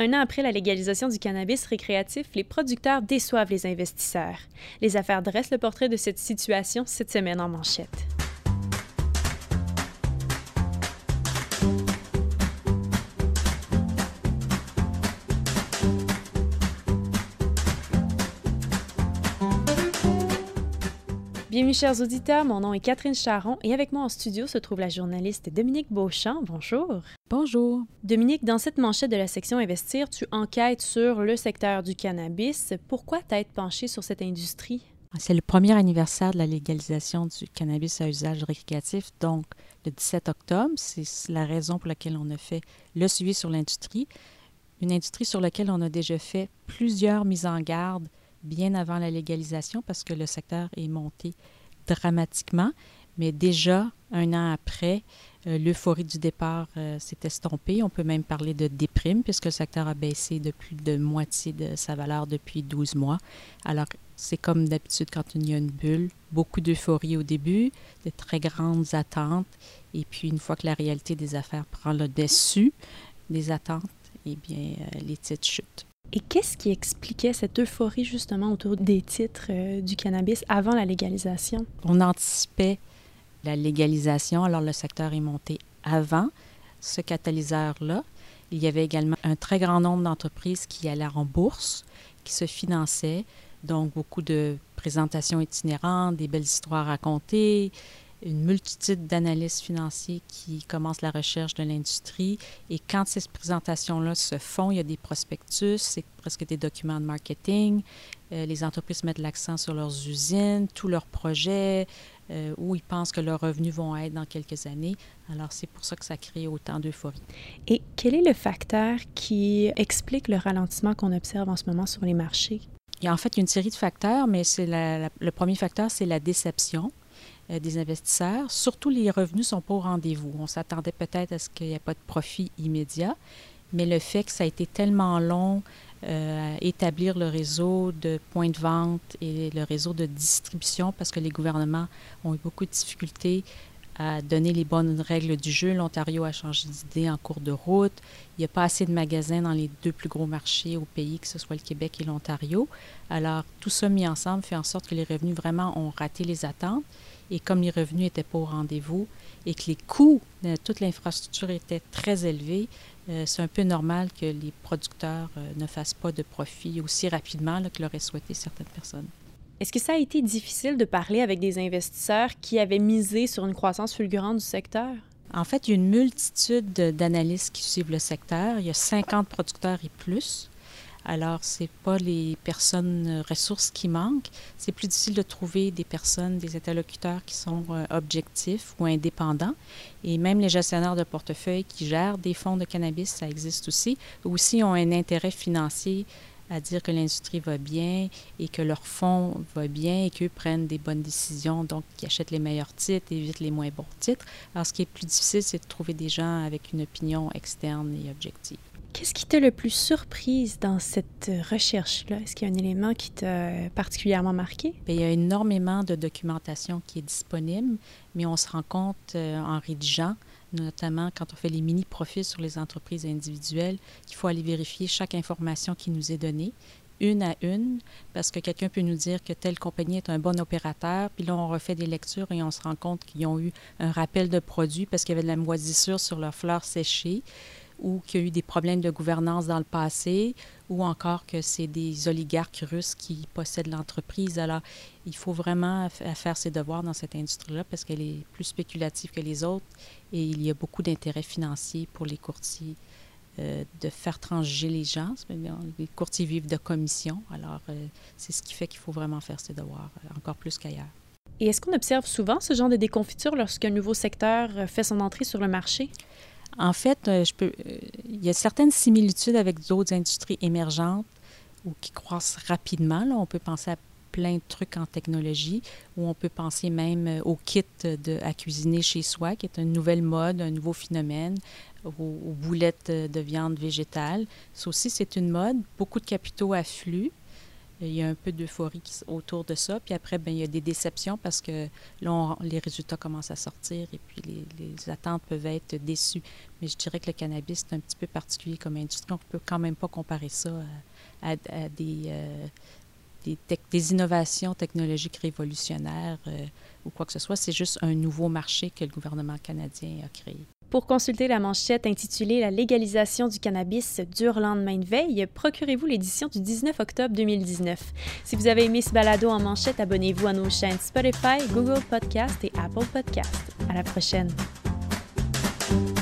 Un an après la légalisation du cannabis récréatif, les producteurs déçoivent les investisseurs. Les affaires dressent le portrait de cette situation cette semaine en manchette. Bienvenue chers auditeurs, mon nom est Catherine Charron et avec moi en studio se trouve la journaliste Dominique Beauchamp. Bonjour. Bonjour. Dominique, dans cette manchette de la section Investir, tu enquêtes sur le secteur du cannabis. Pourquoi t'être penchée sur cette industrie? C'est le premier anniversaire de la légalisation du cannabis à usage récréatif, donc le 17 octobre. C'est la raison pour laquelle on a fait le suivi sur l'industrie. Une industrie sur laquelle on a déjà fait plusieurs mises en garde bien avant la légalisation parce que le secteur est monté dramatiquement. Mais déjà, un an après, l'euphorie du départ s'est estompée. On peut même parler de déprime puisque le secteur a baissé de plus de moitié de sa valeur depuis 12 mois. Alors, c'est comme d'habitude quand il y a une bulle, beaucoup d'euphorie au début, de très grandes attentes. Et puis, une fois que la réalité des affaires prend le dessus des attentes, eh bien, les titres chutent. Et qu'est-ce qui expliquait cette euphorie justement autour des titres du cannabis avant la légalisation? On anticipait la légalisation, alors le secteur est monté avant ce catalyseur-là. Il y avait également un très grand nombre d'entreprises qui allaient en bourse, qui se finançaient, donc beaucoup de présentations itinérantes, des belles histoires racontées, une multitude d'analystes financiers qui commencent la recherche de l'industrie. Et quand ces présentations-là se font, il y a des prospectus, c'est presque des documents de marketing. Les entreprises mettent l'accent sur leurs usines, tous leurs projets, où ils pensent que leurs revenus vont être dans quelques années. Alors, c'est pour ça que ça crée autant d'euphorie. Et quel est le facteur qui explique le ralentissement qu'on observe en ce moment sur les marchés? Il y a en fait une série de facteurs, mais le premier facteur, c'est la déception des investisseurs. Surtout, les revenus ne sont pas au rendez-vous. On s'attendait peut-être à ce qu'il n'y ait pas de profit immédiat, mais le fait que ça a été tellement long à établir le réseau de points de vente et le réseau de distribution, parce que les gouvernements ont eu beaucoup de difficultés à donner les bonnes règles du jeu. L'Ontario a changé d'idée en cours de route. Il n'y a pas assez de magasins dans les deux plus gros marchés au pays, que ce soit le Québec et l'Ontario. Alors, tout ça mis ensemble fait en sorte que les revenus vraiment ont raté les attentes. Et comme les revenus n'étaient pas au rendez-vous et que les coûts de toute l'infrastructure étaient très élevés, c'est un peu normal que les producteurs ne fassent pas de profit aussi rapidement que l'auraient souhaité certaines personnes. Est-ce que ça a été difficile de parler avec des investisseurs qui avaient misé sur une croissance fulgurante du secteur? En fait, il y a une multitude d'analystes qui suivent le secteur. Il y a 50 producteurs et plus. Alors, ce n'est pas les personnes ressources qui manquent. C'est plus difficile de trouver des personnes, des interlocuteurs qui sont objectifs ou indépendants. Et même les gestionnaires de portefeuille qui gèrent des fonds de cannabis, ça existe aussi, ont un intérêt financier à dire que l'industrie va bien et que leur fonds va bien et qu'eux prennent des bonnes décisions, donc qui achètent les meilleurs titres, évitent les moins bons titres. Alors, ce qui est plus difficile, c'est de trouver des gens avec une opinion externe et objective. Qu'est-ce qui t'a le plus surprise dans cette recherche-là? Est-ce qu'il y a un élément qui t'a particulièrement marqué? Bien, il y a énormément de documentation qui est disponible, mais on se rend compte en rédigeant, notamment quand on fait les mini-profils sur les entreprises individuelles, qu'il faut aller vérifier chaque information qui nous est donnée, une à une, parce que quelqu'un peut nous dire que telle compagnie est un bon opérateur, puis là, on refait des lectures et on se rend compte qu'ils ont eu un rappel de produits parce qu'il y avait de la moisissure sur leurs fleurs séchées, ou qu'il y a eu des problèmes de gouvernance dans le passé, ou encore que c'est des oligarques russes qui possèdent l'entreprise. Alors, il faut vraiment faire ses devoirs dans cette industrie-là parce qu'elle est plus spéculative que les autres et il y a beaucoup d'intérêts financiers pour les courtiers de faire transiger les gens. Les courtiers vivent de commissions. Alors, c'est ce qui fait qu'il faut vraiment faire ses devoirs, encore plus qu'ailleurs. Et est-ce qu'on observe souvent ce genre de déconfiture lorsqu'un nouveau secteur fait son entrée sur le marché? En fait, il y a certaines similitudes avec d'autres industries émergentes ou qui croissent rapidement. Là, on peut penser à plein de trucs en technologie, ou on peut penser même au kit à cuisiner chez soi, qui est une nouvelle mode, un nouveau phénomène, aux boulettes de viande végétale. Ça aussi, c'est une mode. Beaucoup de capitaux affluent. il y a un peu d'euphorie autour de ça. Puis après, il y a des déceptions parce que là, les résultats commencent à sortir et puis les attentes peuvent être déçues. Mais je dirais que le cannabis, c'est un petit peu particulier comme industrie. On ne peut quand même pas comparer ça à des innovations technologiques révolutionnaires ou quoi que ce soit. C'est juste un nouveau marché que le gouvernement canadien a créé. Pour consulter la manchette intitulée « La légalisation du cannabis dure lendemain de veille », procurez-vous l'édition du 19 octobre 2019. Si vous avez aimé ce balado en manchette, abonnez-vous à nos chaînes Spotify, Google Podcast et Apple Podcast. À la prochaine!